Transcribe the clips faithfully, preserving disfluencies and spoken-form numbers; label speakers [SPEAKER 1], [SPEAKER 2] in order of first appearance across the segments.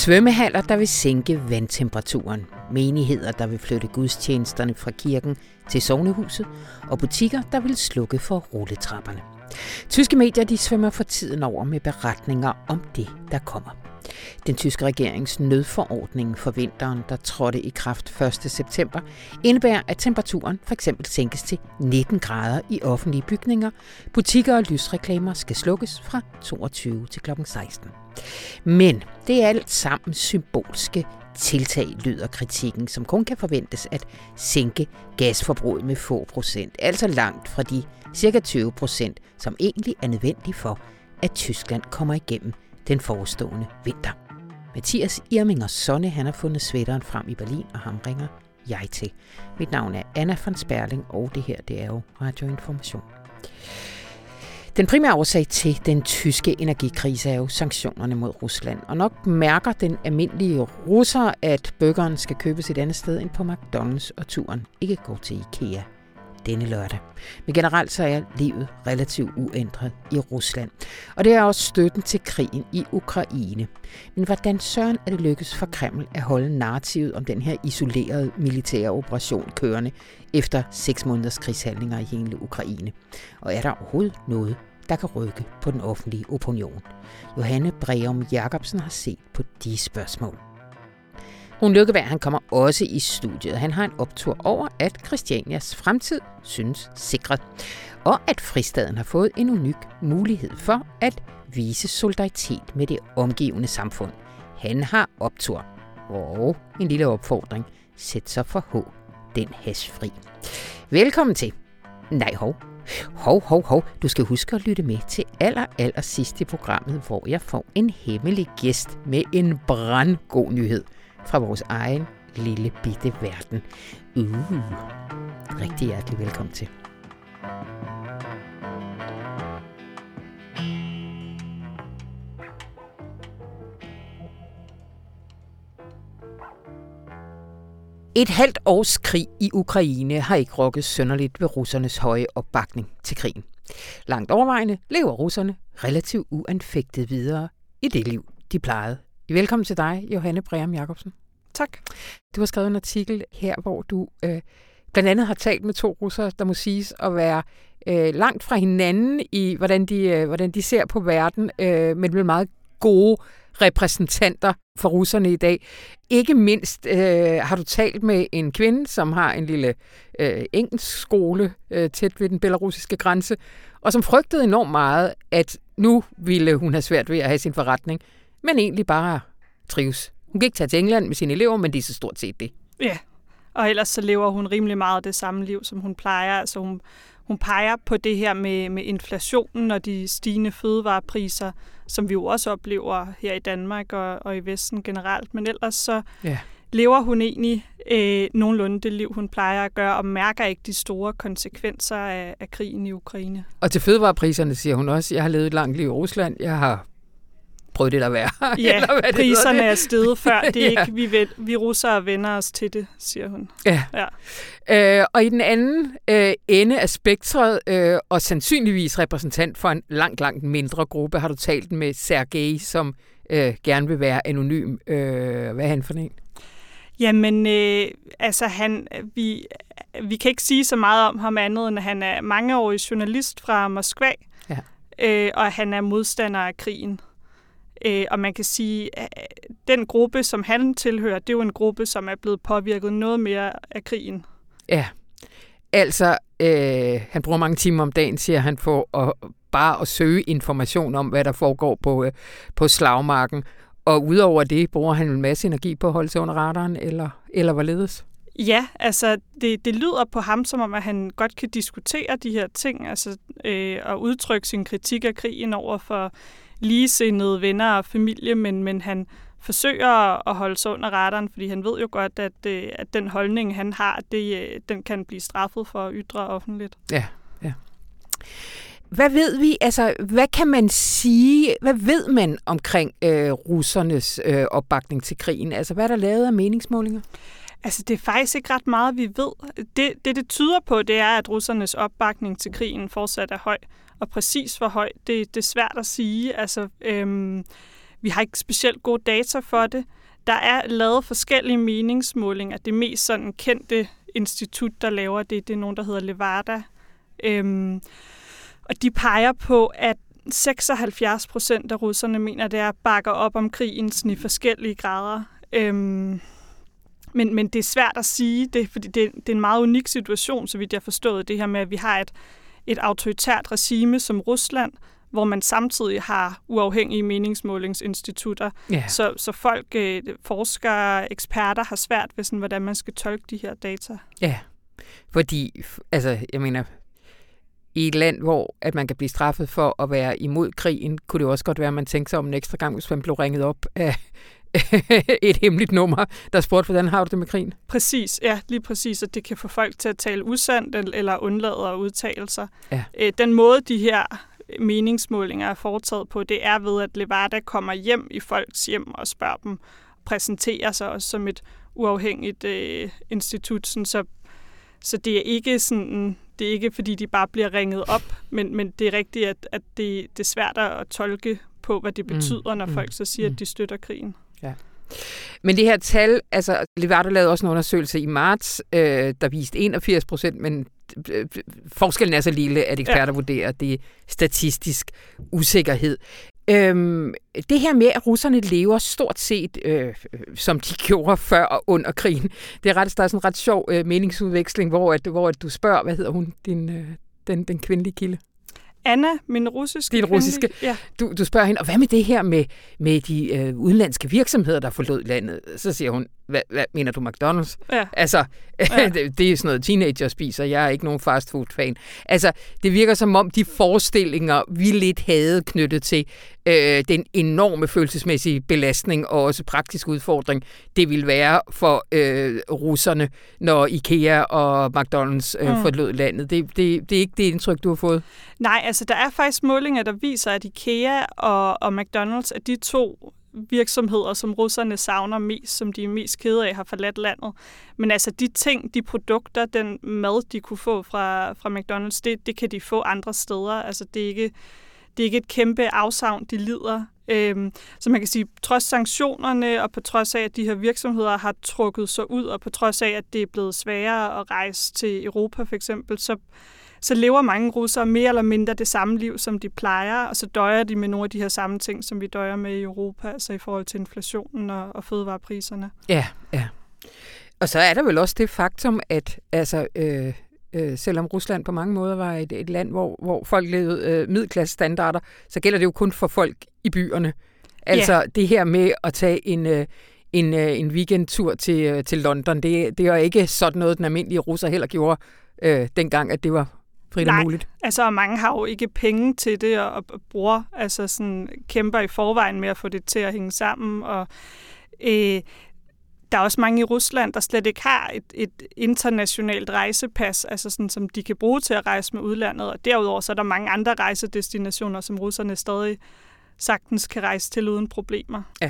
[SPEAKER 1] Svømmehaller, der vil sænke vandtemperaturen. Menigheder, der vil flytte gudstjenesterne fra kirken til sognehuset. Og butikker, der vil slukke for rulletrapperne. Tyske medier, de svømmer for tiden over med beretninger om det, der kommer. Den tyske regerings nødforordning for vinteren, der trådte i kraft første september, indebærer, at temperaturen for eksempel sænkes til nitten grader i offentlige bygninger. Butikker og lysreklamer skal slukkes fra toogtyve til klokken seksten. Men det er alt sammen symbolske tiltag, lyder kritikken, som kun kan forventes at sænke gasforbruget med få procent. Altså langt fra de cirka tyve procent, som egentlig er nødvendige for, at Tyskland kommer igennem den forestående vinter. Mathias Irminger Sonne, han har fundet sweateren frem i Berlin, og ham ringer jeg til. Mit navn er Anna von Sperling, og det her, det er jo Radio Information. Den primære årsag til den tyske energikrise er jo sanktionerne mod Rusland. Og nok mærker den almindelige russer, at burgeren skal købes et andet sted end på McDonald's, og turen ikke går til IKEA denne lørdag. Men generelt så er livet relativt uændret i Rusland. Og det er også støtten til krigen i Ukraine. Men hvordan søren er det lykkes for Kreml at holde narrativet om den her isolerede militære operation kørende efter seks måneders krigshandlinger i hele Ukraine? Og er der overhovedet noget, der kan rykke på den offentlige opinion? Johanne Breum Jacobsen har set på de spørgsmål. Rune Lykkeberg, han kommer også i studiet. Han har en optur over, at Christianias fremtid synes sikret, og at fristaden har fået en unik mulighed for at vise solidaritet med det omgivende samfund. Han har optur. Og en lille opfordring. Sæt sig for H. Den hashfri. Velkommen til. Nej, hov. Hov, hov, hov. Du skal huske at lytte med til aller, aller sidst i programmet, hvor jeg får en hemmelig gæst med en brandgod nyhed fra vores egen lille bitte verden. Uh, rigtig hjertelig velkommen til. Et halvt års krig i Ukraine har ikke rokket synderligt ved russernes høje opbakning til krigen. Langt overvejende lever russerne relativt uanfægtet videre i det liv, de plejede. Velkommen til dig, Johanne Breum Jacobsen.
[SPEAKER 2] Tak.
[SPEAKER 1] Du har skrevet en artikel her, hvor du øh, blandt andet har talt med to russere, der må siges at være øh, langt fra hinanden i, hvordan de, øh, hvordan de ser på verden, øh, men med meget gode repræsentanter for russerne i dag. Ikke mindst øh, har du talt med en kvinde, som har en lille øh, engelsk skole øh, tæt ved den belarusiske grænse, og som frygtede enormt meget, at nu ville hun have svært ved at have sin forretning, men egentlig bare trives. Hun kan ikke tage til England med sine elever, men det er så stort set det.
[SPEAKER 2] Ja, og ellers så lever hun rimelig meget det samme liv, som hun plejer. Altså hun, hun peger på det her med, med inflationen og de stigende fødevarepriser, som vi jo også oplever her i Danmark og, og i Vesten generelt. Men ellers så ja. lever hun egentlig øh, nogenlunde det liv, hun plejer at gøre, og mærker ikke de store konsekvenser af, af krigen i Ukraine.
[SPEAKER 1] Og til fødevarepriserne siger hun også, jeg har levet et langt liv i Rusland, jeg har prøv det der være.
[SPEAKER 2] Ja,
[SPEAKER 1] eller hvad
[SPEAKER 2] priserne
[SPEAKER 1] det
[SPEAKER 2] er steget før. Det er ja. ikke, vi, ved, vi russere vender os til det, siger hun.
[SPEAKER 1] Ja. ja. Øh, og i den anden øh, ende af spektret, øh, og sandsynligvis repræsentant for en langt, langt mindre gruppe, har du talt med Sergej, som øh, gerne vil være anonym. Øh, hvad er han for en?
[SPEAKER 2] Jamen, øh, altså han, vi, vi kan ikke sige så meget om ham andet, end at han er mangeårig journalist fra Moskva, ja. øh, og han er modstander af krigen. Øh, og man kan sige, at den gruppe, som han tilhører, det er jo en gruppe, som er blevet påvirket noget mere af krigen.
[SPEAKER 1] Ja, altså, øh, han bruger mange timer om dagen, siger han, for at, bare at søge information om, hvad der foregår på, øh, på slagmarken. Og udover det, bruger han en masse energi på at holde sig under radaren, eller, eller hvorledes?
[SPEAKER 2] Ja, altså det, det lyder på ham, som om at han godt kan diskutere de her ting, altså øh, og udtrykke sin kritik af krigen over for ligesindede venner og familie, men, men han forsøger at holde sig under radaren, fordi han ved jo godt, at, at den holdning, han har, det, den kan blive straffet for at ytre offentligt.
[SPEAKER 1] Ja, ja. Hvad ved vi, altså, hvad kan man sige, hvad ved man omkring øh, russernes øh, opbakning til krigen? Altså, hvad er der lavet af meningsmålinger?
[SPEAKER 2] Altså, det er faktisk ikke ret meget, vi ved. Det, det, det tyder på, det er, at russernes opbakning til krigen fortsat er høj. Og præcis hvor høj, det, det er svært at sige. Altså, øhm, vi har ikke specielt gode data for det. Der er lavet forskellige meningsmålinger. Det mest sådan kendte institut, der laver det, det er nogen, der hedder Levada. Øhm, og de peger på, at seksoghalvfjerds procent af russerne mener, det er bakker op om krigen sådan i forskellige grader. Øhm, men, men det er svært at sige det, fordi det, det er en meget unik situation, så vidt jeg har forstået det her med, at vi har et, et autoritært regime som Rusland, hvor man samtidig har uafhængige meningsmålingsinstitutter. Yeah. Så, så folk, forskere, eksperter har svært ved, sådan, hvordan man skal tolke de her data.
[SPEAKER 1] Ja, yeah. Fordi, altså, jeg mener, i et land, hvor at man kan blive straffet for at være imod krigen, kunne det jo også godt være, at man tænkte sig om en ekstra gang, hvis man blev ringet op af et hemmeligt nummer, der spurgte, hvordan har du det med krigen?
[SPEAKER 2] Præcis, ja, lige præcis, at det kan få folk til at tale usandt eller undlade at udtale sig. Ja. Den måde, de her meningsmålinger er foretaget på, det er ved, at Levada kommer hjem i folks hjem og spørger dem, præsenterer sig også som et uafhængigt øh, institut, sådan, så, så det er ikke sådan, det er ikke fordi, de bare bliver ringet op, men, men det er rigtigt, at, at det, det er svært at tolke på, hvad det betyder, mm, når folk så siger, mm. at de støtter krigen. Ja.
[SPEAKER 1] Men det her tal, altså Levada lavede også en undersøgelse i marts, øh, der viste enogfirs procent, men øh, forskellen er så lille, at eksperter ja. vurderer, at det er statistisk usikkerhed. Øhm, det her med, at russerne lever stort set, øh, som de gjorde før og under krigen, det er ret, der er sådan en ret sjov øh, meningsudveksling, hvor, at, hvor at du spørger, hvad hedder hun, din, øh, den, den kvindelige kilde?
[SPEAKER 2] Anna, min russiske.
[SPEAKER 1] Din russiske. Ja. Du, du spørger hende, og hvad med det her med, med de øh, udenlandske virksomheder, der forlod landet? Så siger hun, hvad, hvad mener du, McDonald's? Ja. Altså, ja. det, det er sådan noget, teenager spiser. Jeg er ikke nogen fastfood-fan. Altså, det virker som om de forestillinger, vi lidt havde knyttet til øh, den enorme følelsesmæssige belastning og også praktisk udfordring, det ville være for øh, russerne, når IKEA og McDonald's øh, mm. forlod landet. Det, det, det er ikke det indtryk, du har fået?
[SPEAKER 2] Nej, altså der er faktisk målinger, der viser, at IKEA og, og McDonald's er de to virksomheder, som russerne savner mest, som de er mest kede af, har forladt landet. Men altså de ting, de produkter, den mad, de kunne få fra, fra McDonald's, det, det kan de få andre steder. Altså det er ikke, det er ikke et kæmpe afsavn, de lider. Øhm, så man kan sige, trods sanktionerne, og på trods af, at de her virksomheder har trukket sig ud, og på trods af, at det er blevet sværere at rejse til Europa for eksempel, så så lever mange russere mere eller mindre det samme liv, som de plejer, og så døjer de med nogle af de her samme ting, som vi døjer med i Europa, altså i forhold til inflationen og, og fødevarepriserne.
[SPEAKER 1] Ja, ja. Og så er der vel også det faktum, at altså, øh, øh, selvom Rusland på mange måder var et, et land, hvor, hvor folk levede øh, middelklassestandarder, så gælder det jo kun for folk i byerne. Altså ja. Det her med at tage en... Øh, En, en weekendtur til, til London. Det, det er ikke sådan noget, den almindelige russer heller gjorde øh, dengang, at det var frit og muligt.
[SPEAKER 2] Nej, altså mange har jo ikke penge til det, og, og bruger, altså sådan, kæmper i forvejen med at få det til at hænge sammen. Og, øh, der er også mange i Rusland, der slet ikke har et, et internationalt rejsepas, altså sådan, som de kan bruge til at rejse med udlandet. Og derudover så er der mange andre rejsedestinationer, som russerne stadig sagtens kan rejse til uden problemer.
[SPEAKER 1] Ja.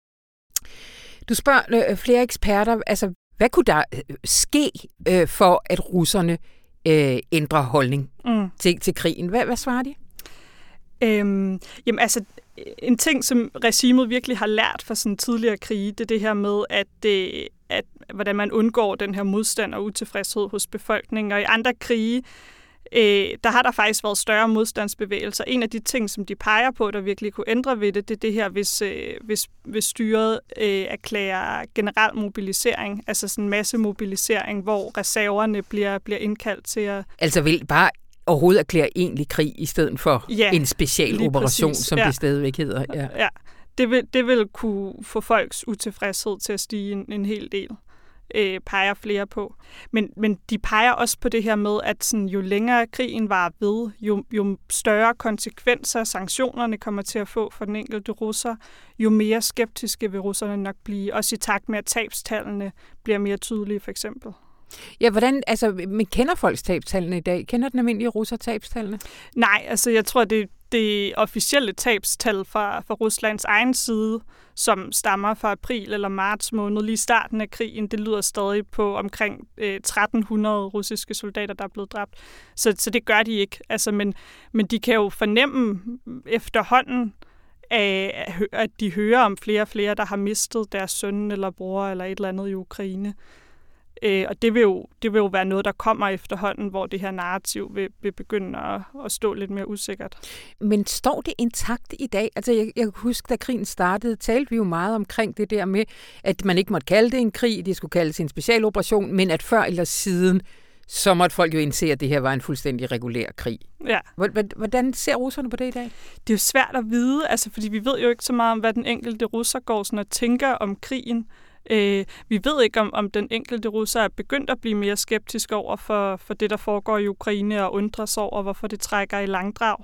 [SPEAKER 1] Du spørger øh, flere eksperter, altså hvad kunne der øh, ske øh, for, at russerne øh, ændrer holdning mm. til, til krigen? Hvad, hvad svarer de?
[SPEAKER 2] Øhm, jamen altså, en ting, som regimet virkelig har lært fra sådan tidligere krige, det er det her med, at, det, at hvordan man undgår den her modstand og utilfredshed hos befolkningen. Og i andre krige, Øh, der har der faktisk været større modstandsbevægelser. En af de ting, som de peger på, der virkelig kunne ændre ved det, det er det her, hvis, øh, hvis, hvis styret øh, erklærer generel mobilisering, altså sådan en masse mobilisering, hvor reserverne bliver, bliver indkaldt til at...
[SPEAKER 1] Altså vil bare overhovedet erklære egentlig krig, i stedet for ja, en special operation, præcis. Som ja. det stadigvæk hedder. Ja,
[SPEAKER 2] ja. Det, vil, det vil kunne få folks utilfredshed til at stige en, en hel del. Øh, peger flere på. Men, men de peger også på det her med, at sådan, jo længere krigen var ved, jo, jo større konsekvenser sanktionerne kommer til at få for den enkelte russer, jo mere skeptiske vil russerne nok blive, også i takt med, at tabstallene bliver mere tydelige, for eksempel.
[SPEAKER 1] Ja, hvordan, altså, men kender folks tabstallene i dag? Kender den almindelige russer tabstallene?
[SPEAKER 2] Nej, altså, jeg tror, det det officielle tabstal fra, fra Ruslands egen side, som stammer fra april eller marts måned, lige starten af krigen, det lyder stadig på omkring øh, tretten hundrede russiske soldater, der er blevet dræbt. Så, så det gør de ikke. Altså, men, men de kan jo fornemme efterhånden, af, at de hører om flere og flere, der har mistet deres søn eller bror eller et eller andet i Ukraine. Øh, og det vil, jo, det vil jo være noget, der kommer efterhånden, hvor det her narrativ vil, vil begynde at, at stå lidt mere usikkert.
[SPEAKER 1] Men står det intakt i dag? Altså, jeg, jeg kan huske, da krigen startede, talte vi jo meget omkring det der med, at man ikke måtte kalde det en krig, det skulle kaldes en specialoperation, men at før eller siden, så måtte folk jo indse, at det her var en fuldstændig regulær krig.
[SPEAKER 2] Ja.
[SPEAKER 1] Hvordan ser russerne på det i dag?
[SPEAKER 2] Det er jo svært at vide, altså, fordi vi ved jo ikke så meget om, hvad den enkelte russer går sådan og tænker om krigen. Øh, vi ved ikke, om, om den enkelte russer er begyndt at blive mere skeptisk over for, for det, der foregår i Ukraine, og undrer sig over, hvorfor det trækker i langdrag.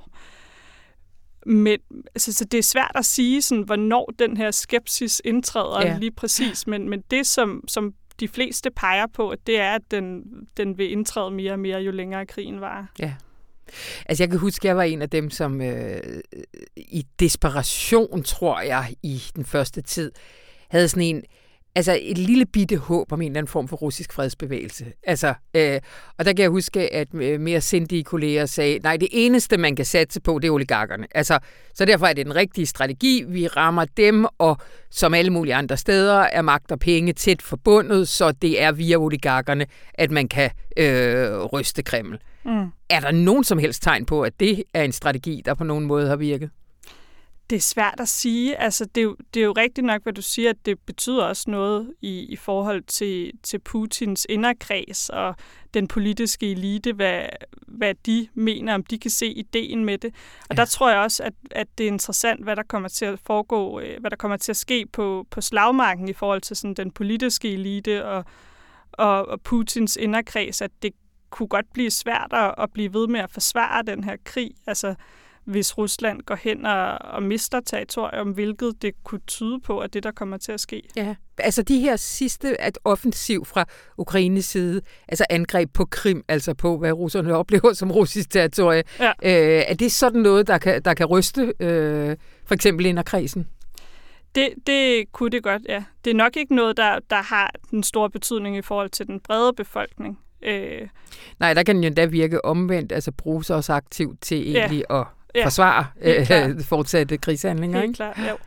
[SPEAKER 2] Men altså, så det er svært at sige, sådan, hvornår den her skepsis indtræder ja. lige præcis, men, men det, som, som de fleste peger på, det er, at den, den vil indtræde mere og mere, jo længere krigen varer. Ja.
[SPEAKER 1] Altså jeg kan huske, at jeg var en af dem, som øh, i desperation, tror jeg, i den første tid, havde sådan en, altså et lille bitte håb om en eller anden form for russisk fredsbevægelse. Altså, øh, og der kan jeg huske, at mere sindige kolleger sagde, nej, det eneste, man kan satse på, det er oligarkerne. Altså, så derfor er det den rigtige strategi. Vi rammer dem, og som alle mulige andre steder er magt og penge tæt forbundet, så det er via oligarkerne, at man kan øh, ryste Kreml. Mm. Er der nogen som helst tegn på, at det er en strategi, der på nogen måde har virket?
[SPEAKER 2] Det er svært at sige. Altså, det, er jo, det er jo rigtigt nok, hvad du siger, at det betyder også noget i, i forhold til, til Putins inderkreds og den politiske elite, hvad, hvad de mener, om de kan se ideen med det. Og ja. Der tror jeg også, at, at det er interessant, hvad der kommer til at foregå, hvad der kommer til at ske på, på slagmarken i forhold til sådan, den politiske elite og, og, og Putins inderkreds, at det kunne godt blive svært at, at blive ved med at forsvare den her krig. Altså, hvis Rusland går hen og, og mister territorium, hvilket det kunne tyde på, at det, der kommer til at ske.
[SPEAKER 1] Ja, altså de her sidste at offensiv fra Ukraines side, altså angreb på Krim, altså på, hvad russerne oplever som russisk territorie, ja. øh, er det sådan noget, der kan, der kan ryste øh, for eksempel inderkredsen?
[SPEAKER 2] Det, det kunne det godt, ja. Det er nok ikke noget, der, der har den store betydning i forhold til den brede befolkning. Øh.
[SPEAKER 1] Nej, der kan den jo endda virke omvendt, altså bruges også aktivt til egentlig ja. at
[SPEAKER 2] Ja,
[SPEAKER 1] forsvare øh, fortsatte krigshandlinger.
[SPEAKER 2] Helt
[SPEAKER 1] ikke?
[SPEAKER 2] klart, jo.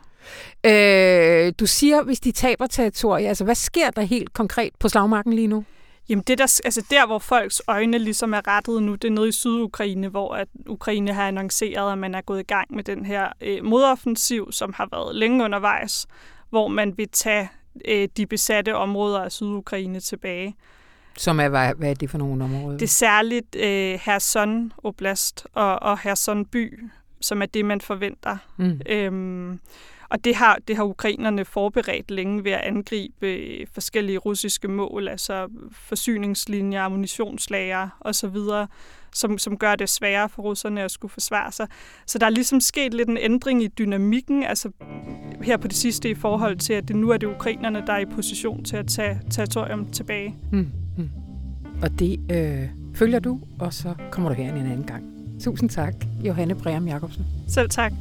[SPEAKER 1] Øh, du siger, hvis de taber territorier, altså hvad sker der helt konkret på slagmarken lige nu?
[SPEAKER 2] Jamen det der, altså der, hvor folks øjne ligesom er rettet nu, det er nede i Sydukraine, hvor at Ukraine har annonceret, at man er gået i gang med den her øh, modoffensiv, som har været længe undervejs, hvor man vil tage øh, de besatte områder af Sydukraine tilbage.
[SPEAKER 1] Som er, hvad, hvad er det for nogle områder?
[SPEAKER 2] Det er særligt øh, Kherson Oblast og, og Kherson by, som er det, man forventer. Mm. Øhm, og det har, det har ukrainerne forberedt længe ved at angribe øh, forskellige russiske mål, altså forsyningslinjer, ammunitionslager osv., som, som gør det sværere for russerne at skulle forsvare sig. Så der er ligesom sket lidt en ændring i dynamikken, altså her på det sidste i forhold til, at det nu er det ukrainerne, der er i position til at tage territorium tilbage.
[SPEAKER 1] Mm. Mm. Og det øh, følger du, og så kommer du her en anden gang. Tusind tak, Johanne Breum Jacobsen.
[SPEAKER 2] Selv tak.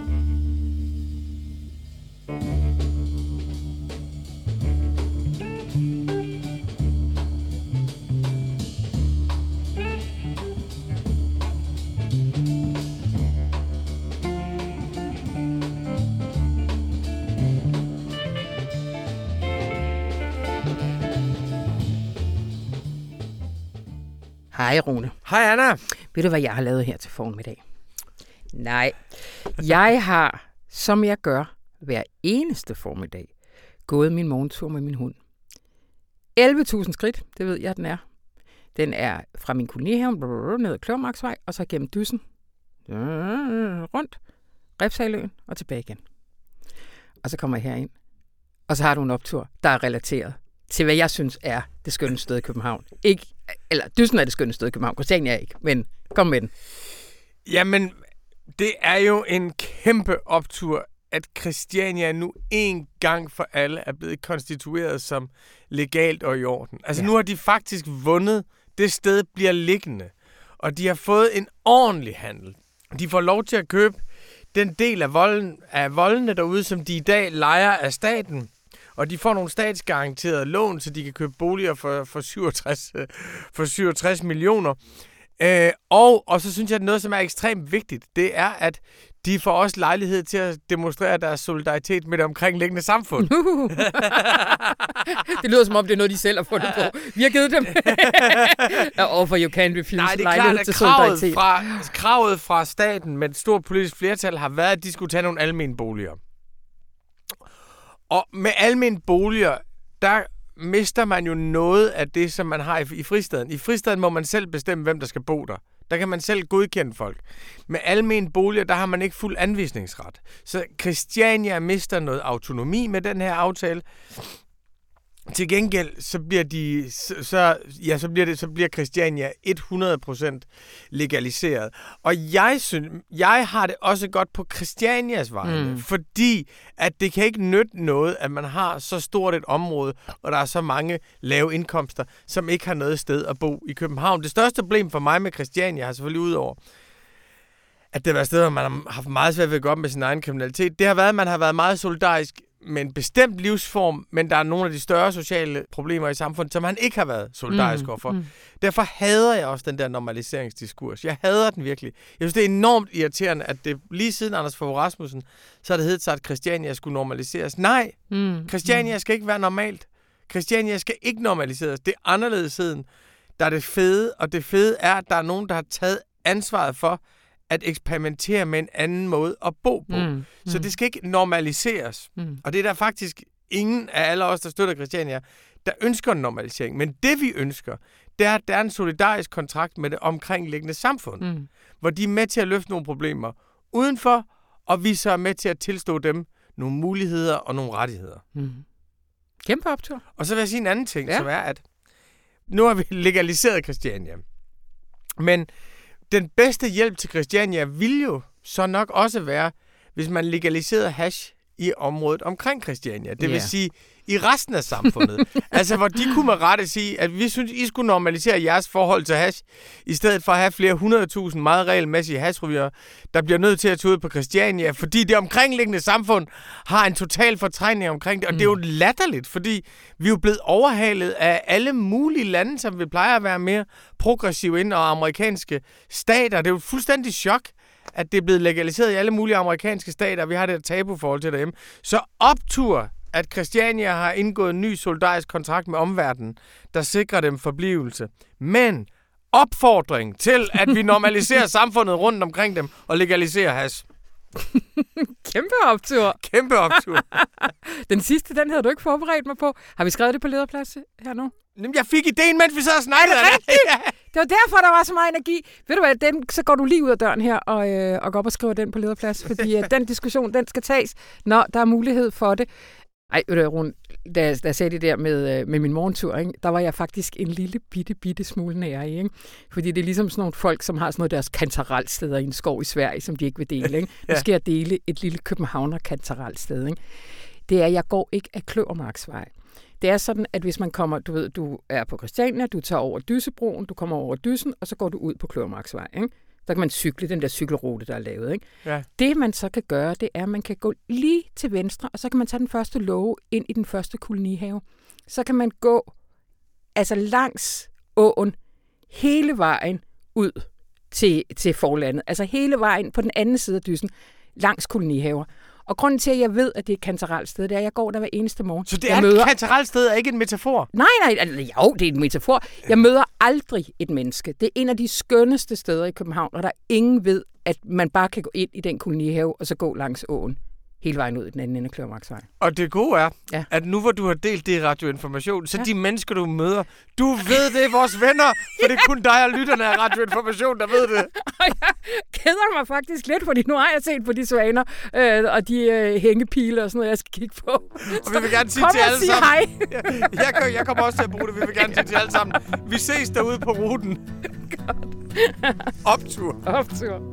[SPEAKER 1] Hej Rune.
[SPEAKER 3] Hej Anna.
[SPEAKER 1] Ved du, hvad jeg har lavet her til formiddag? Nej. Jeg har, som jeg gør hver eneste formiddag, gået min morgentur med min hund. elleve tusind skridt, det ved jeg, den er. Den er fra min kolonihave ned ad Kløvermarksvej, og så gennem Dyssen, rundt, Refshaløen og tilbage igen. Og så kommer jeg herind, og så har du en optur, der er relateret til, hvad jeg synes er det skønne sted i København. Ikke, eller Dyssen er det skønne sted i København, Christiania er ikke, men kom med den.
[SPEAKER 3] Jamen, det er jo en kæmpe optur, at Christiania nu en gang for alle er blevet konstitueret som legalt og i orden. Altså ja. Nu har de faktisk vundet, det sted bliver liggende, og de har fået en ordentlig handel. De får lov til at købe den del af, volden, af voldene derude, som de i dag lejer af staten. Og de får nogle statsgaranterede lån, så de kan købe boliger for, for, syvogtres, for syvogtres millioner. Øh, og, og så synes jeg, at noget, som er ekstremt vigtigt, det er, at de får også lejlighed til at demonstrere deres solidaritet med det omkringliggende samfund.
[SPEAKER 1] Det lyder som om, det er noget, de selv har fundet på. Vi har givet dem over for You Can't Refuse.
[SPEAKER 3] Nej, det er klart, at kravet fra, kravet fra staten med et stort politisk flertal har været, at de skulle tage nogle almene boliger. Og med almene boliger, der mister man jo noget af det, som man har i, i fristaden. I fristaden må man selv bestemme, hvem der skal bo der. Der kan man selv godkende folk. Med almene boliger, der har man ikke fuld anvisningsret. Så Christiania mister noget autonomi med den her aftale. Til gengæld, så bliver de, så, ja, så bliver det, så bliver Christiania hundrede procent legaliseret. Og jeg synes, jeg har det også godt på Christianias vegne, mm. fordi at det kan ikke nytte noget, at man har så stort et område, og der er så mange lave indkomster, som ikke har noget sted at bo i København. Det største problem for mig med Christiania har selvfølgelig udover, at det har været steder, hvor man har haft meget svært ved at gå op med sin egen kriminalitet. Det har været, at man har været meget solidarisk med en bestemt livsform, men der er nogle af de større sociale problemer i samfundet, som han ikke har været solidarisk overfor. Mm, mm. Derfor hader jeg også den der normaliseringsdiskurs. Jeg hader den virkelig. Jeg synes, det er enormt irriterende, at det lige siden Anders Fogh Rasmussen, så har det heddet sig, at Christiania skulle normaliseres. Nej, mm, Christiania mm. skal ikke være normalt. Christiania skal ikke normaliseres. Det er anderledes siden. Der er det fede, og det fede er, at der er nogen, der har taget ansvaret for at eksperimentere med en anden måde at bo på. Mm, så mm. det skal ikke normaliseres. Mm. Og det er der faktisk ingen af alle os, der støtter Christiania, der ønsker en normalisering. Men det vi ønsker, det er, at der er en solidarisk kontrakt med det omkringliggende samfund, mm. hvor de er med til at løfte nogle problemer udenfor, og vi så er med til at tilstå dem nogle muligheder og nogle rettigheder.
[SPEAKER 1] Mm. Kæmpe optur.
[SPEAKER 3] Og så vil jeg sige en anden ting, ja. som er, at nu har vi legaliseret Christiania. Men den bedste hjælp til Christiania vil jo så nok også være, hvis man legaliserede hash i området omkring Christiania. Det yeah. vil sige, i resten af samfundet. Altså, hvor de kunne med rette sige, at vi synes, I skulle normalisere jeres forhold til hash, i stedet for at have flere hundredtusind meget regelmæssige hashryger, der bliver nødt til at tage ud på Christiania, fordi det omkringliggende samfund har en total fortrængning omkring det. Og mm. det er jo latterligt, fordi vi er jo blevet overhalet af alle mulige lande, som vi plejer at være mere progressive inden, og amerikanske stater. Det er jo fuldstændig chok, at det er blevet legaliseret i alle mulige amerikanske stater, og vi har det tabuforhold til derhjemme. Så optur, at Christiania har indgået en ny solidarisk kontrakt med omverdenen, der sikrer dem forblivelse. Men opfordring til, at vi normaliserer samfundet rundt omkring dem og legaliserer hash.
[SPEAKER 1] Kæmpe optur.
[SPEAKER 3] Kæmpe optur.
[SPEAKER 1] Den sidste, den havde du ikke forberedt mig på. Har vi skrevet det på lederplads her nu?
[SPEAKER 3] Jeg fik ideen, mens vi sad og snakkede.
[SPEAKER 1] Er det rigtigt? Ja. Det var derfor, der var så meget energi. Ved du hvad, den, så går du lige ud af døren her og, øh, og går op og skriver den på lederplads, fordi øh, den diskussion, den skal tages, når der er mulighed for det. Ej, ved du, Rune, da, da jeg sagde det der med, med min morgentur, ikke, der var jeg faktisk en lille bitte, bitte smule nær i, ikke? Fordi det er ligesom sådan nogle folk, som har sådan noget deres kantarelsteder i en skov i Sverige, som de ikke vil dele. Ikke? Nu skal jeg dele et lille københavner kantarelsted. Ikke? Det er, jeg går ikke af Kløvermarksvej. Det er sådan, at hvis man kommer, du ved, du er på Christiania, du tager over Dyssebroen, du kommer over Dyssen, og så går du ud på Kløvermarksvej, ikke? Så kan man cykle den der cykelrute, der er lavet. Ikke? Ja. Det, man så kan gøre, det er, at man kan gå lige til venstre, og så kan man tage den første låge ind i den første kolonihave. Så kan man gå altså langs åen hele vejen ud til, til forlandet. Altså hele vejen på den anden side af Dyssen, langs kolonihaver. Og grunden til, at jeg ved, at det er et kantarelsted, det er, at jeg går der hver eneste morgen.
[SPEAKER 3] Så det er møder... et kantarelsted, og ikke en metafor?
[SPEAKER 1] Nej, nej, jo, det er en metafor. Jeg møder aldrig et menneske. Det er en af de skønneste steder i København, og der ingen ved, at man bare kan gå ind i den kolonihave, og så gå langs åen hele vejen ud i den anden ende af Kløvermarksvej.
[SPEAKER 3] Og det gode er, ja. at nu hvor du har delt det i Radioinformation, så ja. de mennesker, du møder, du ved det er vores venner, for det er kun dig og lytterne af Radioinformation, der ved det.
[SPEAKER 1] Og jeg keder mig faktisk lidt, fordi nu har jeg set på de svaner øh, og de øh, hængepiler og sådan noget, jeg skal kigge på.
[SPEAKER 3] Og vi vil gerne sige
[SPEAKER 1] Kom
[SPEAKER 3] til alle
[SPEAKER 1] sige
[SPEAKER 3] sammen. Hej. jeg, jeg kommer også til at bruge det, vi vil gerne sige til alle sammen. Vi ses derude på ruten. Optur.
[SPEAKER 1] Optur.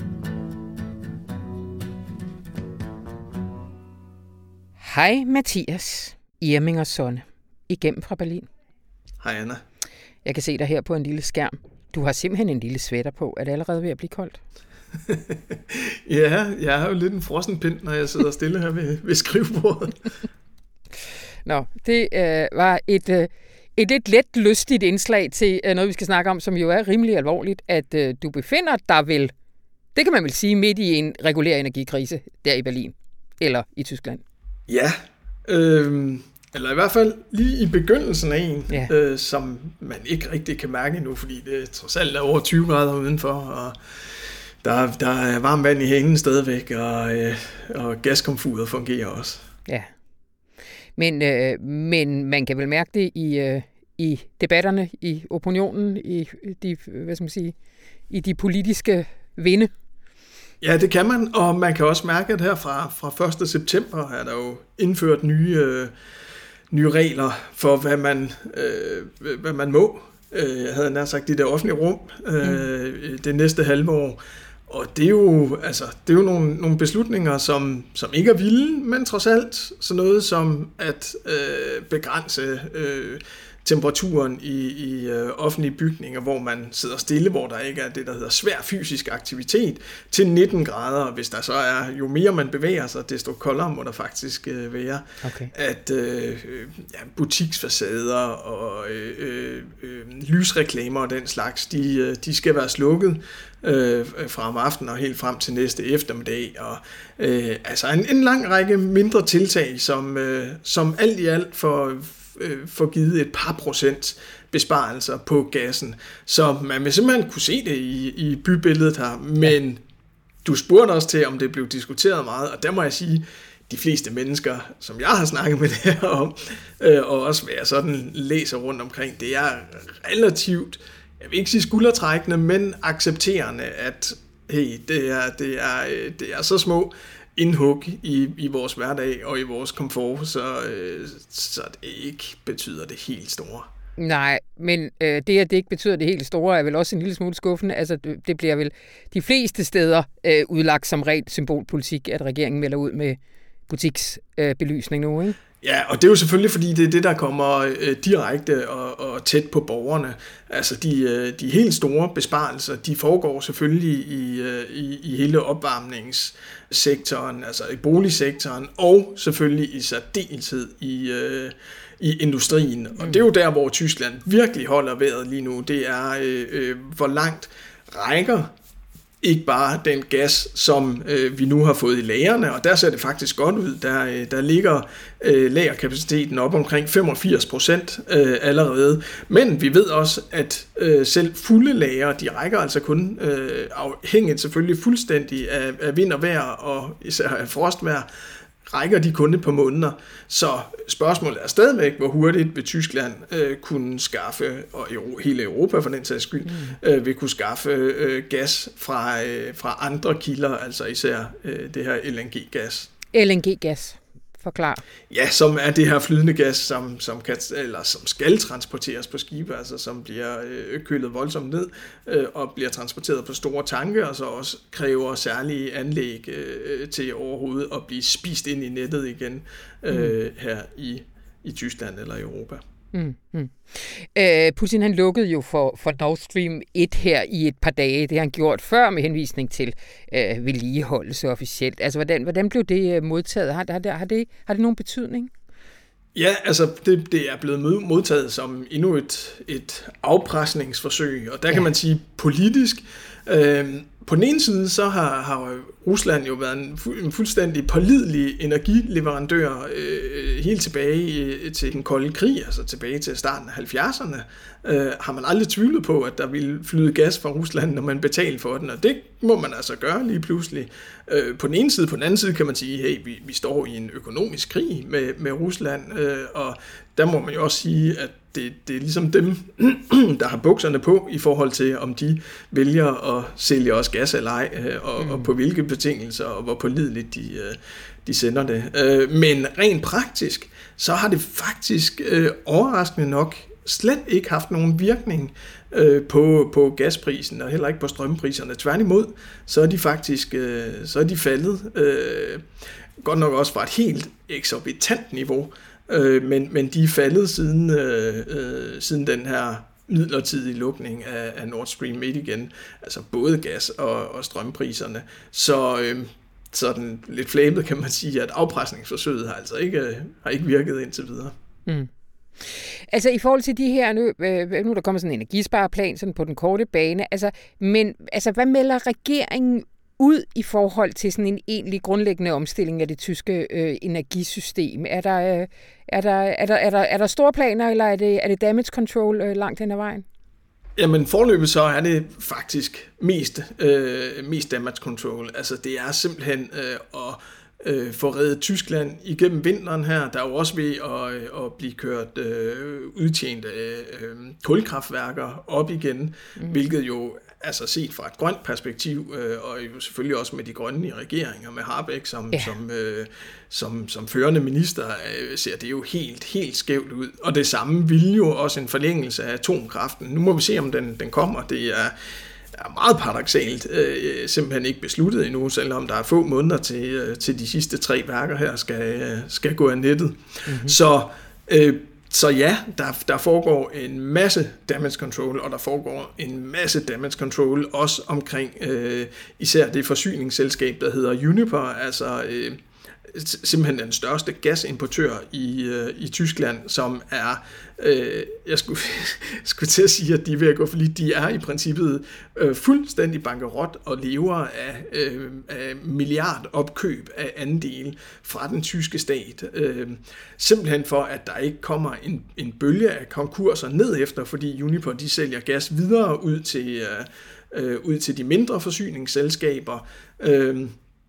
[SPEAKER 1] Hej Mathias, Irming og Sonne, igennem fra Berlin.
[SPEAKER 4] Hej Anna.
[SPEAKER 1] Jeg kan se dig her på en lille skærm. Du har simpelthen en lille sweater på. Er det allerede ved at blive koldt?
[SPEAKER 4] Ja, jeg har jo lidt en frossen pind, når jeg sidder stille her ved, ved skrivebordet.
[SPEAKER 1] Nå, det øh, var et, øh, et lidt let lystigt indslag til noget, vi skal snakke om, som jo er rimelig alvorligt, at øh, du befinder dig vel, det kan man vel sige, midt i en regulær energikrise der i Berlin, eller i Tyskland.
[SPEAKER 4] Ja, øh, eller i hvert fald lige i begyndelsen af en, ja. øh, som man ikke rigtig kan mærke endnu, fordi det trods alt er over tyve grader udenfor, og der, der er varmt vand i hænden stadigvæk, og, øh, og gaskomfuret fungerer også.
[SPEAKER 1] Ja, men, øh, men man kan vel mærke det i, øh, i debatterne, i opinionen, i de, hvad skal man sige, i de politiske vinde.
[SPEAKER 4] Ja, det kan man, og man kan også mærke, at her fra, fra første september er der jo indført nye, øh, nye regler for, hvad man, øh, hvad man må. Øh, jeg havde nær sagt i det offentlige rum øh, mm. det næste halve år. Og det er jo, altså, det er jo nogle, nogle beslutninger, som, som ikke er vilde, men trods alt sådan noget som at øh, begrænse øh, temperaturen i, i øh, offentlige bygninger, hvor man sidder stille, hvor der ikke er det, der hedder svær fysisk aktivitet, til nitten grader. Hvis der så er, jo mere man bevæger sig, desto koldere må der faktisk øh, være. Okay. At øh, ja, butiksfacader og øh, øh, lysreklamer og den slags, de, de skal være slukket øh, fra om aftenen og helt frem til næste eftermiddag. Og, øh, altså en, en lang række mindre tiltag, som, øh, som alt i alt for får givet et par procent besparelser på gassen. Så man vil simpelthen kunne se det i, i bybilledet her, men du spurgte også til, om det blev diskuteret meget, og der må jeg sige, de fleste mennesker, som jeg har snakket med det her om, øh, og også hvad jeg sådan læser rundt omkring, det er relativt, jeg vil ikke sige skuldertrækkende, men accepterende, at hey, det er, det er, det er så små indhug i, i vores hverdag og i vores komfort, så, øh, så det ikke betyder det helt store.
[SPEAKER 1] Nej, men øh, det, at det ikke betyder det helt store, er vel også en lille smule skuffende. Altså, det bliver vel de fleste steder øh, udlagt som rent symbolpolitik, at regeringen melder ud med butiksbelysning øh, nu, ikke?
[SPEAKER 4] Ja, og det er jo selvfølgelig, fordi det er det, der kommer øh, direkte og, og tæt på borgerne. Altså de, øh, de helt store besparelser, de foregår selvfølgelig i, øh, i, i hele opvarmningssektoren, altså i boligsektoren, og selvfølgelig i særdeleshed i, øh, i industrien. Og det er jo der, hvor Tyskland virkelig holder vejret lige nu. Det er, øh, øh, hvor langt rækker ikke bare den gas, som øh, vi nu har fået i lagrene, og der ser det faktisk godt ud. Der, øh, der ligger øh, lagerkapaciteten op omkring femogfirs procent øh, allerede. Men vi ved også, at øh, selv fulde lagre, de rækker altså kun øh, afhængigt selvfølgelig fuldstændig af, af vind og vejr, og især af frostvejr, rækker de kun et par måneder. Så spørgsmålet er stadigvæk, hvor hurtigt vil Tyskland øh, kunne skaffe, og hele Europa for den sags skyld, mm. øh, vil kunne skaffe øh, gas fra, øh, fra andre kilder, altså især øh, det her L N G-gas.
[SPEAKER 1] L N G-gas. Forklar.
[SPEAKER 4] Ja, som er det her flydende gas, som, som, kan, eller som skal transporteres på skibe, altså som bliver øh, kølet voldsomt ned øh, og bliver transporteret på store tanke, og så også kræver særlige anlæg øh, til overhovedet at blive spist ind i nettet igen øh, mm. her i, i Tyskland eller i Europa.
[SPEAKER 1] Mm, mm. Øh, Putin han lukkede jo for, for Nord Stream et her i et par dage. Det har han gjort før med henvisning til øh, vedligeholdelse officielt. Altså, hvordan, hvordan blev det modtaget? Har, har, har, det, har det nogen betydning?
[SPEAKER 4] Ja, altså det, det er blevet modtaget som endnu et, et afpresningsforsøg, og der kan ja. man sige politisk. Øh, på den ene side så har, har Rusland jo været en, fu- en fuldstændig pålidelig energileverandør øh, helt tilbage øh, til den kolde krig, altså tilbage til starten af halvfjerdserne, øh, har man aldrig tvivlet på, at der ville flyde gas fra Rusland, når man betalte for den, og det må man altså gøre lige pludselig. Øh, på den ene side, på den anden side kan man sige, hey, vi, vi står i en økonomisk krig med, med Rusland, øh, og der må man jo også sige, at det, det er ligesom dem, der har bukserne på i forhold til, om de vælger at sælge os gas eller ej, og, mm. og på hvilke betingelser, og hvor pålideligt de, de sender det. Men rent praktisk, så har det faktisk overraskende nok slet ikke haft nogen virkning på, på gasprisen, og heller ikke på strømpriserne. Tværtimod, så er de faktisk så er de faldet, godt nok også fra et helt eksorbitant niveau, Men, men de er faldet siden, øh, øh, siden den her midlertidige lukning af, af Nord Stream et igen. Altså både gas- og, og strømpriserne. Så øh, sådan lidt flabet kan man sige, at afpresningsforsøget har altså ikke, har ikke virket indtil videre.
[SPEAKER 1] Mm. Altså i forhold til de her, nu, øh, nu er der kommet sådan en energispareplan sådan på den korte bane, altså, men altså, hvad melder regeringen ud i forhold til sådan en egentlig grundlæggende omstilling af det tyske øh, energisystem? Er der, øh, er, der, er, der, er, der, er der store planer, eller er det, er det damage control øh, langt hen ad vejen?
[SPEAKER 4] Jamen forløbet så er det faktisk mest, øh, mest damage control. Altså det er simpelthen øh, at øh, få reddet Tyskland igennem vinteren her. Der er jo også ved at, at blive kørt øh, udtjente øh, kulkraftværker op igen, mm. hvilket jo altså set fra et grønt perspektiv, øh, og jo selvfølgelig også med de grønne i regeringer, med Habeck som, ja. som, øh, som, som førende minister, øh, ser det jo helt, helt skævt ud. Og det samme vil jo også en forlængelse af atomkraften. Nu må vi se, om den, den kommer. Det er, er meget paradoksalt, øh, simpelthen ikke besluttet endnu, selvom der er få måneder til, øh, til de sidste tre værker her skal, øh, skal gå af nettet. Mm-hmm. Så øh, Så ja, der, der foregår en masse damage control, og der foregår en masse damage control også omkring øh, især det forsyningsselskab, der hedder Uniper, altså øh, simpelthen den største gasimportør i, øh, i Tyskland, som er, øh, jeg skulle, skulle til at sige, at de er ved at gå for lidt, de er i princippet øh, fuldstændig bankerot og lever af, øh, af milliardopkøb af andele fra den tyske stat. Øh, simpelthen for, at der ikke kommer en, en bølge af konkurser ned efter, fordi Uniper de sælger gas videre ud til, øh, ud til de mindre forsyningsselskaber. Øh,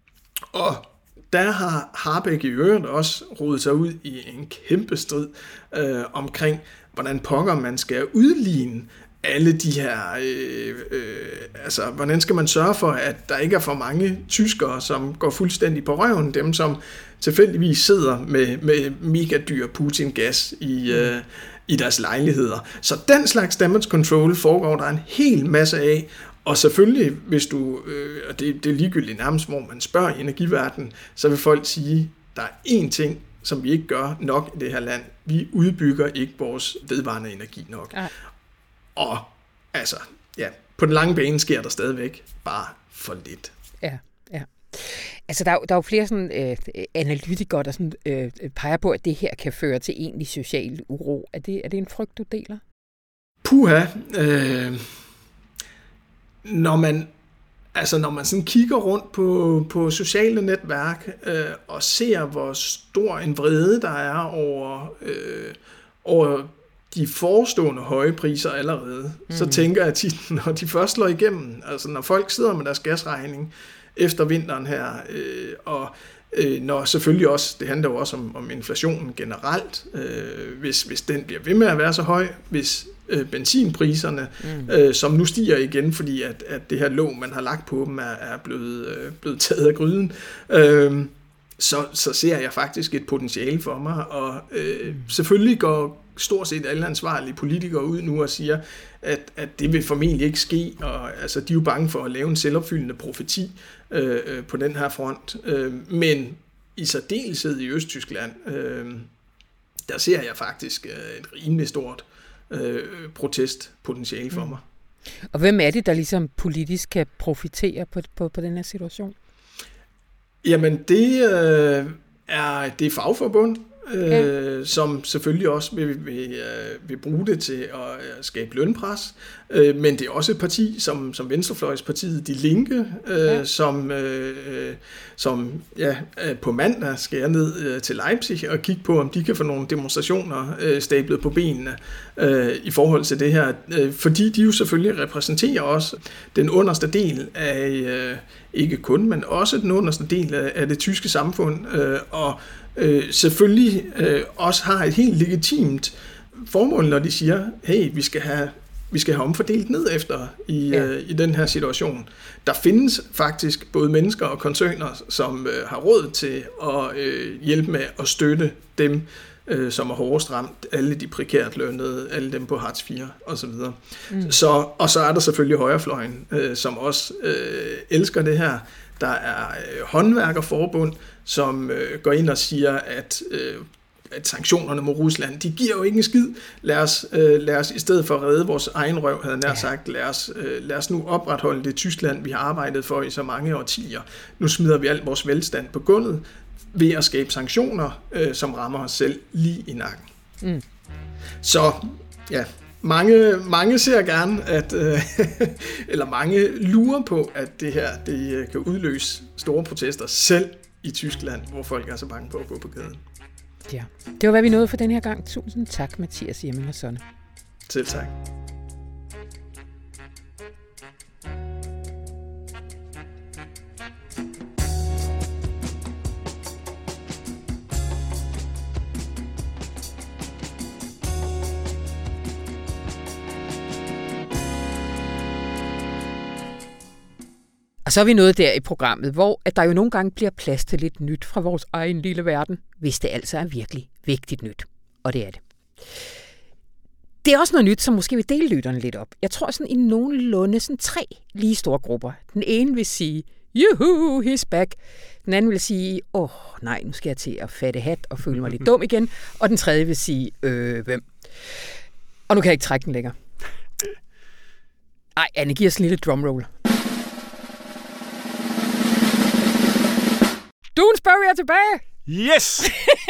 [SPEAKER 4] og der har Habeck i øvrigt også rodet sig ud i en kæmpe strid øh, omkring, hvordan pokker man skal udligne alle de her, øh, øh, altså hvordan skal man sørge for, at der ikke er for mange tyskere, som går fuldstændig på røven, dem som tilfældigvis sidder med, med mega dyr Putin-gas i, øh, i deres lejligheder. Så den slags damage control foregår der en hel masse af. Og selvfølgelig, hvis du, øh, og det, det er ligegyldigt nærmest, hvor man spørger i energiverdenen, så vil folk sige, der er én ting, som vi ikke gør nok i det her land. Vi udbygger ikke vores vedvarende energi nok. Ej. Og altså, ja, på den lange bane sker der stadigvæk bare for lidt.
[SPEAKER 1] Ja, ja. Altså, der er, der er jo flere sådan, øh, analytikere, der sådan, øh, peger på, at det her kan føre til egentlig social uro. Er det, er det en frygt, du deler?
[SPEAKER 4] Puha, øh... Når man, altså når man sådan kigger rundt på, på sociale netværk øh, og ser, hvor stor en vrede der er over, øh, over de forestående høje priser allerede, mm. så tænker jeg tit, når de først slår igennem, altså når folk sidder med deres gasregning efter vinteren her, øh, og øh, når selvfølgelig også, det handler jo også om, om inflationen generelt, øh, hvis, hvis den bliver ved med at være så høj, hvis benzinpriserne, mm. øh, som nu stiger igen, fordi at, at det her låg, man har lagt på dem, er, er blevet, øh, blevet taget af gryden, øh, så, så ser jeg faktisk et potentiale for mig, og øh, mm. selvfølgelig går stort set alle ansvarlige politikere ud nu og siger, at, at det vil formentlig ikke ske, og altså, de er jo bange for at lave en selvopfyldende profeti øh, øh, på den her front, øh, men i særdeleshed i Østtyskland, øh, der ser jeg faktisk øh, et rimelig stort Øh, protestpotentiale for mig.
[SPEAKER 1] Og hvem er det, der ligesom politisk kan profitere på, på, på den her situation?
[SPEAKER 4] Jamen, det øh, er det fagforbund, øh, ja. som selvfølgelig også vil, vil, øh, vil bruge det til at skabe lønpres, øh, men det er også et parti, som, som Venstrefløjspartiet Die Linke, øh, ja. som, øh, som ja, på mandag skal jeg ned øh, til Leipzig og kigge på, om de kan få nogle demonstrationer øh, stablet på benene øh, i forhold til det her, øh, fordi de jo selvfølgelig repræsenterer også den underste del af, øh, ikke kun, men også den underste del af, af det tyske samfund, øh, og øh, selvfølgelig øh, også har et helt legitimt formål, når de siger, hey, vi skal have vi skal have omfordelt ned efter i, ja. øh, i den her situation. Der findes faktisk både mennesker og koncerner, som øh, har råd til at øh, hjælpe med at støtte dem, øh, som er hårdest ramt, alle de prekært lønnede, alle dem på Hartz fire osv. Mm. Så, og så er der selvfølgelig højrefløjen, øh, som også øh, elsker det her. Der er øh, håndværkerforbund, som øh, går ind og siger, at øh, at sanktionerne mod Rusland, de giver jo ikke en skid. Lad os, øh, lad os i stedet for at redde vores egen røv, havde jeg nær sagt, lad os, øh, lad os nu opretholde det Tyskland, vi har arbejdet for i så mange årtier. Nu smider vi alt vores velstand på gulvet ved at skabe sanktioner, øh, som rammer os selv lige i nakken. Mm. Så ja, mange, mange ser gerne, at, øh, eller mange lurer på, at det her det kan udløse store protester, selv i Tyskland, hvor folk er så bange på at gå på gaden.
[SPEAKER 1] Ja, det var hvad vi nåede for den her gang. Tusind tak, Mathias Hjemmel og Sonne.
[SPEAKER 4] Selv tak.
[SPEAKER 1] Og så er vi nået der i programmet, hvor at der jo nogle gange bliver plads til lidt nyt fra vores egen lille verden, hvis det altså er virkelig vigtigt nyt. Og det er det. Det er også noget nyt, som måske vil dele lytterne lidt op. Jeg tror sådan i nogenlunde sådan tre lige store grupper. Den ene vil sige, juhu, he's back. Den anden vil sige, åh oh, nej, nu skal jeg til at fatte hat og føle mig lidt dum igen. Og den tredje vil sige, øh, hvem? Og nu kan jeg ikke trække den længere. Ej, Anne, giver os en lille drumroll. Doonesbury er tilbage!
[SPEAKER 5] Yes!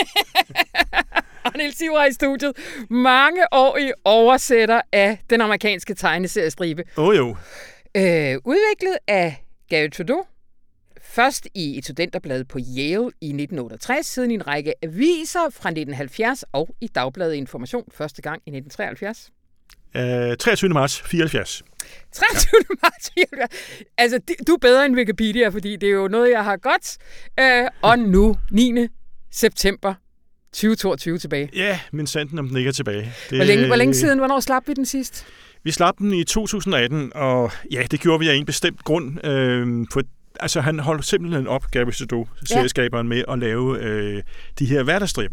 [SPEAKER 1] Og Niels Siver i studiet. Mange år i oversætter af den amerikanske tegneseriestribe.
[SPEAKER 5] Åh oh, jo.
[SPEAKER 1] Øh, udviklet af Gary Trudeau. Først i et studenterblad på Yale i nitten otteogtres, siden i en række aviser fra nitten halvfjerds og i Dagbladet Information første gang i nitten treoghalvfjerds.
[SPEAKER 5] Uh, treogtyvende marts fireoghalvfjerds.
[SPEAKER 1] treogtyvende marts fireoghalvfjerds. Altså, du er bedre end Wikipedia, fordi det er jo noget, jeg har godt. Uh, og nu, niende september tyve toogtyve tilbage.
[SPEAKER 5] Ja, men sanden om den ikke er tilbage. Det,
[SPEAKER 1] hvor, længe, hvor længe siden? Hvornår slap vi den sidst?
[SPEAKER 5] Vi slap den i to tusind atten, og ja, det gjorde vi af en bestemt grund. Øh, for, altså, han holdt simpelthen op, Gary Trudeau, serieskaberen, med at lave øh, de her hverdagsstriber.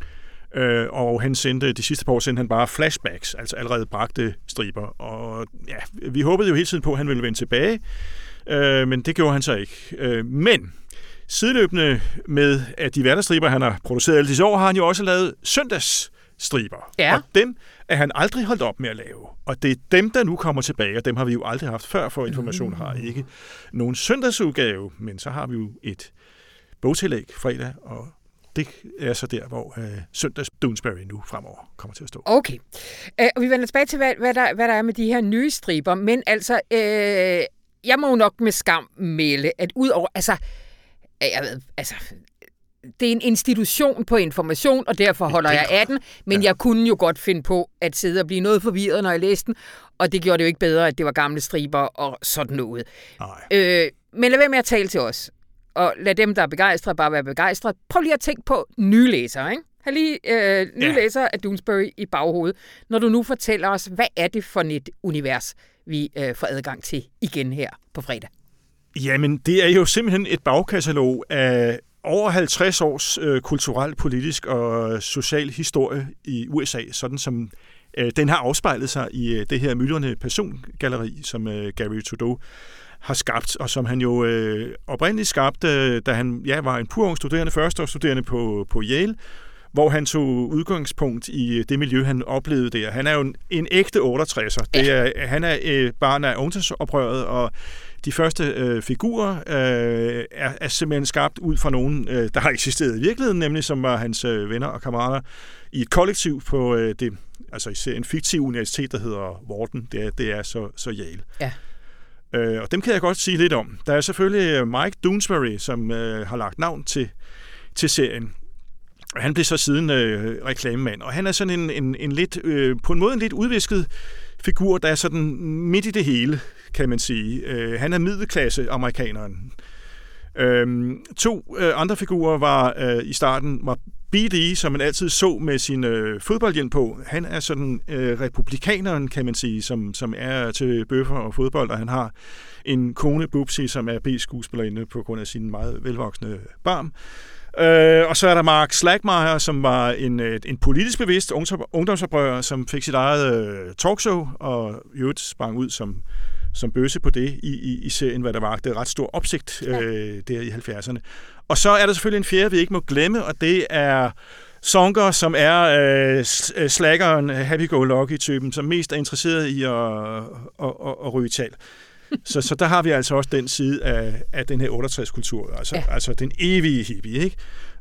[SPEAKER 5] Øh, og han sendte, de sidste par år sendte han bare flashbacks, altså allerede bragte striber. Og ja, vi håbede jo hele tiden på, at han ville vende tilbage, øh, men det gjorde han så ikke. Øh, men sideløbende med, at de hverdagsstriber, han har produceret alle disse år, har han jo også lavet søndagsstriber.
[SPEAKER 1] Ja.
[SPEAKER 5] Og dem er han aldrig holdt op med at lave. Og det er dem, der nu kommer tilbage, og dem har vi jo aldrig haft før, for Information har ikke nogen søndagsudgave, men så har vi jo et bogtillæg fredag, og det er så der, hvor øh, søndags Doonesbury nu fremover kommer til at stå.
[SPEAKER 1] Okay. Øh, og vi vender tilbage til, hvad, hvad, der, hvad der er med de her nye striber, men altså, øh, jeg må jo nok med skam melde, at udover, altså, jeg ved, altså, det er en institution på Information, og derfor holder jeg af den, men ja. Jeg kunne jo godt finde på at sidde og blive noget forvirret, når jeg læste den, og det gjorde det jo ikke bedre, at det var gamle striber og sådan noget. Øh, men lad være med at tale til os. Og lad dem, der er begejstrede, bare være begejstrede. Prøv lige at tænke på nye læsere, ikke? Ha' lige øh, nye ja. læsere af Doonesbury i baghovedet, når du nu fortæller os, hvad er det for et univers, vi øh, får adgang til igen her på fredag?
[SPEAKER 5] Jamen, det er jo simpelthen et bagkatalog af over halvtreds års øh, kulturel, politisk og social historie i U S A, sådan som øh, den har afspejlet sig i øh, det her myldrende persongalleri, som øh, Gary Trudeau har skabt, og som han jo øh, oprindeligt skabte, da han ja, var en pur ung studerende, førsteårsstuderende på, på Yale, hvor han tog udgangspunkt i det miljø, han oplevede der. Han er jo en, en ægte otteogtresser. Det er, han er øh, barn af ungdomsoprøret, og de første øh, figurer øh, er, er simpelthen skabt ud fra nogen, øh, der har eksisteret i virkeligheden, nemlig som var hans øh, venner og kammerater i et kollektiv på øh, det, altså en fiktiv universitet, der hedder Wharton. Det er, det er så, så Yale. Ja. Øh, og dem kan jeg godt sige lidt om. Der er selvfølgelig Mike Doonesbury, som øh, har lagt navn til, til serien. Han blev så siden øh, reklamemand, og han er sådan en, en, en lidt, øh, på en måde en lidt udvisket figur, der er sådan midt i det hele, kan man sige. Øh, han er middelklasse amerikaneren. Øh, to øh, andre figurer var øh, i starten var B D, som man altid så med sin øh, fodboldhjelm på. Han er sådan øh, republikaneren, kan man sige, som, som er til bøffer og fodbold, og han har en kone, Bubsy, som er B-skuespillerinde på grund af sin meget velvoksne barm. Øh, og så er der Mark Slagmeyer, som var en, en politisk bevidst ungdomsoprører, som fik sit eget øh, talkshow, og i øvrigt sprang ud som, som bøsse på det i, i, i serien, hvad der vagte ret stor opsigt øh, der i halvfjerdserne. Og så er der selvfølgelig en fjerde, vi ikke må glemme, og det er Songer, som er øh, slaggeren, happy-go-lucky-typen, som mest er interesseret i at, at, at, at ryge tal. Så, så der har vi altså også den side af, af den her otteogtres-kultur, altså, ja. altså den evige hippie, ikke?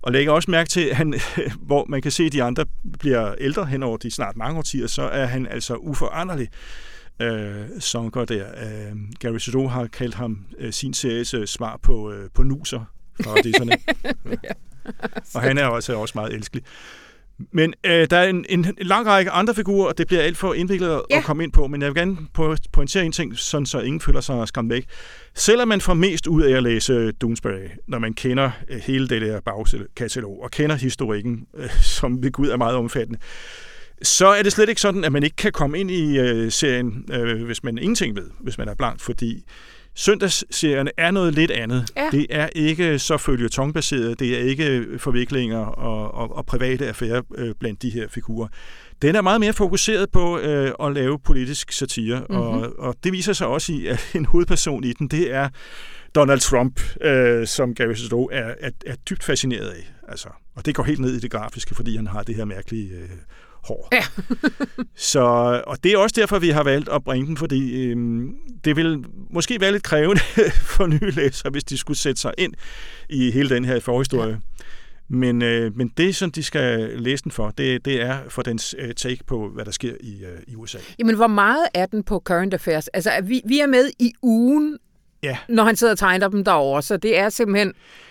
[SPEAKER 5] Og lægger også mærke til, at han, hvor man kan se, at de andre bliver ældre hen over de snart mange årtier, så er han altså uforanderlig. Øh, Sonker der. Øh, Gary Sado har kaldt ham øh, sin series øh, svar på, øh, på nuser fra Disney. Ja. Og han er også, også meget elskelig. Men øh, der er en, en lang række andre figurer, og det bliver alt for indviklet ja. at komme ind på, men jeg vil gerne pointere en ting, sådan så ingen føler sig skræmt væk. Selvom man får mest ud af at læse Doonesbury, når man kender øh, hele det der bagkatalog, og kender historikken, øh, som ved Gud er meget omfattende, så er det slet ikke sådan, at man ikke kan komme ind i øh, serien, øh, hvis man ingenting ved, hvis man er blank, fordi søndagsserierne er noget lidt andet. Ja. Det er ikke så føljetonbaseret, det er ikke forviklinger og, og, og private affærer øh, blandt de her figurer. Den er meget mere fokuseret på øh, at lave politisk satire, mm-hmm. og, og det viser sig også i, at en hovedperson i den, det er Donald Trump, øh, som Gary Sado er, er, er dybt fascineret af. Altså, og det går helt ned i det grafiske, fordi han har det her mærkelige øh, hår. Ja. Så, og det er også derfor, vi har valgt at bringe den, fordi øhm, det vil måske være lidt krævende for nye læsere, hvis de skulle sætte sig ind i hele den her forhistorie. Ja. Men, øh, men det, som de skal læse den for, det, det er for dens øh, take på, hvad der sker i, øh, i U S A.
[SPEAKER 1] Jamen, hvor meget er den på Current Affairs? Altså, vi, vi er med i ugen, ja. Når han sidder og tegner dem derovre, så det er simpelthen...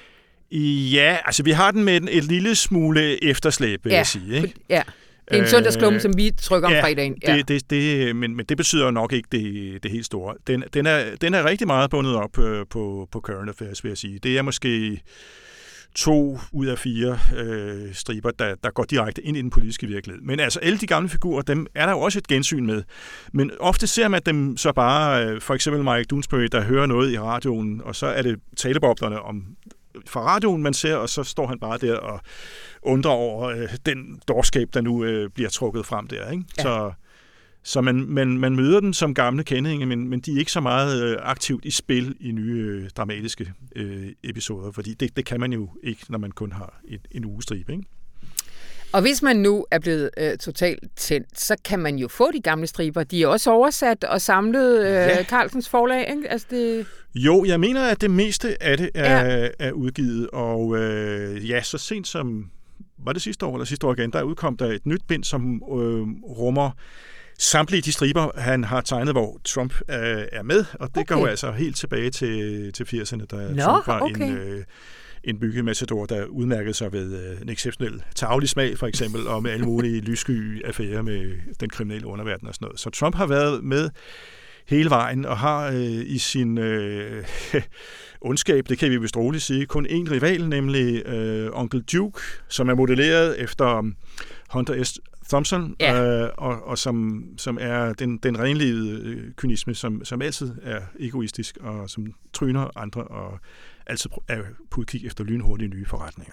[SPEAKER 5] Ja, altså vi har den med en, et lille smule efterslæb, vil ja, jeg sige. Ikke?
[SPEAKER 1] Ja, det er en søndagsklumme, som vi trykker om
[SPEAKER 5] ja,
[SPEAKER 1] fredagen. Ja,
[SPEAKER 5] det, det, det, men, men det betyder nok ikke det, det helt store. Den, den, er, den er rigtig meget bundet op øh, på, på Current Affairs, vil jeg sige. Det er måske to ud af fire øh, striber, der, der går direkte ind i den politiske virkelighed. Men altså, alle de gamle figurer, dem er der jo også et gensyn med. Men ofte ser man dem så bare, øh, for eksempel Mike Doonesbury, der hører noget i radioen, og så er det taleboblerne om fra radioen, man ser, og så står han bare der og undrer over øh, den dårskab, der nu øh, bliver trukket frem der. Ikke? Ja. Så, så man, man, man møder dem som gamle kendinge, men, men de er ikke så meget øh, aktivt i spil i nye øh, dramatiske øh, episoder, fordi det, det kan man jo ikke, når man kun har et, en ugestribe, ikke?
[SPEAKER 1] Og hvis man nu er blevet øh, totalt tændt, så kan man jo få de gamle striber. De er også oversat og samlet øh, ja. Carlsens forlag, ikke? Altså det...
[SPEAKER 5] Jo, jeg mener, at det meste af det er, ja. er udgivet, og øh, ja, så sent som, var det sidste år eller sidste år igen, der udkom der et nyt bind, som øh, rummer samtlige de striber, han har tegnet, hvor Trump øh, er med, og det okay. går altså helt tilbage til, til firserne, da Nå, Trump var okay. en... Øh, en byggematador, der udmærkede sig ved øh, en exceptionel tarvelig smag, for eksempel, og med alle mulige lyssky affærer med den kriminelle underverden og sådan noget. Så Trump har været med hele vejen, og har øh, i sin øh, ondskab, det kan vi vist roligt sige, kun én rival, nemlig øh, Onkel Duke, som er modelleret efter Hunter S. Thompson, ja. øh, og, og som, som er den, den renlevede øh, kynisme, som, som altid er egoistisk, og som tryner andre, og altid er på udkig efter lynhurtige nye forretninger.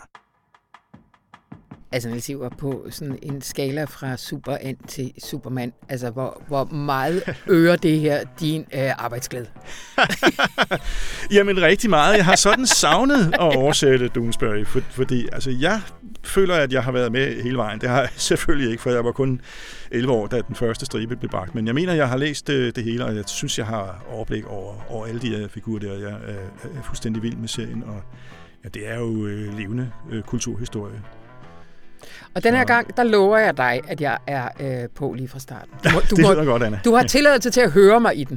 [SPEAKER 1] Altså, Niels Iver, på sådan en skala fra Superman til Superman, altså, hvor, hvor meget øger det her din øh, arbejdsglæde?
[SPEAKER 5] Jamen, rigtig meget. Jeg har sådan savnet at oversætte Doonesbury, for, fordi altså, jeg føler, at jeg har været med hele vejen. Det har jeg selvfølgelig ikke, for jeg var kun elleve år, da den første stribe blev bragt. Men jeg mener, jeg har læst det, det hele, og jeg synes, jeg har overblik over, over alle de her figurer der. Jeg er, er fuldstændig vild med serien, og ja, det er jo øh, levende øh, kulturhistorie.
[SPEAKER 1] Og den her gang, der lover jeg dig, at jeg er øh, på lige fra starten. Du, må, du
[SPEAKER 5] det
[SPEAKER 1] må,
[SPEAKER 5] lyder godt, Anna.
[SPEAKER 1] Du har tilladelse til at høre mig i den.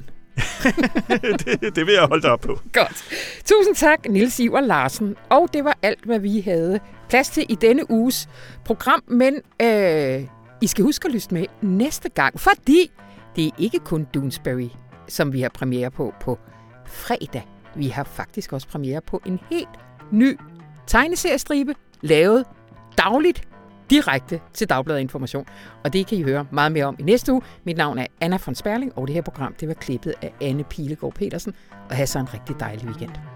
[SPEAKER 5] det, det vil jeg holde dig op på.
[SPEAKER 1] Godt. Tusind tak, Niels Iver Larsen. Og det var alt, hvad vi havde plads til i denne uges program. Men øh, I skal huske at lytte med næste gang, fordi det er ikke kun Doonesbury, som vi har premiere på på fredag. Vi har faktisk også premiere på en helt ny tegneseriestribe, lavet dagligt direkte til Dagbladet Information. Og det kan I høre meget mere om i næste uge. Mit navn er Anna von Sperling, og det her program det var klippet af Anne Pilegaard Petersen. Og have så en rigtig dejlig weekend.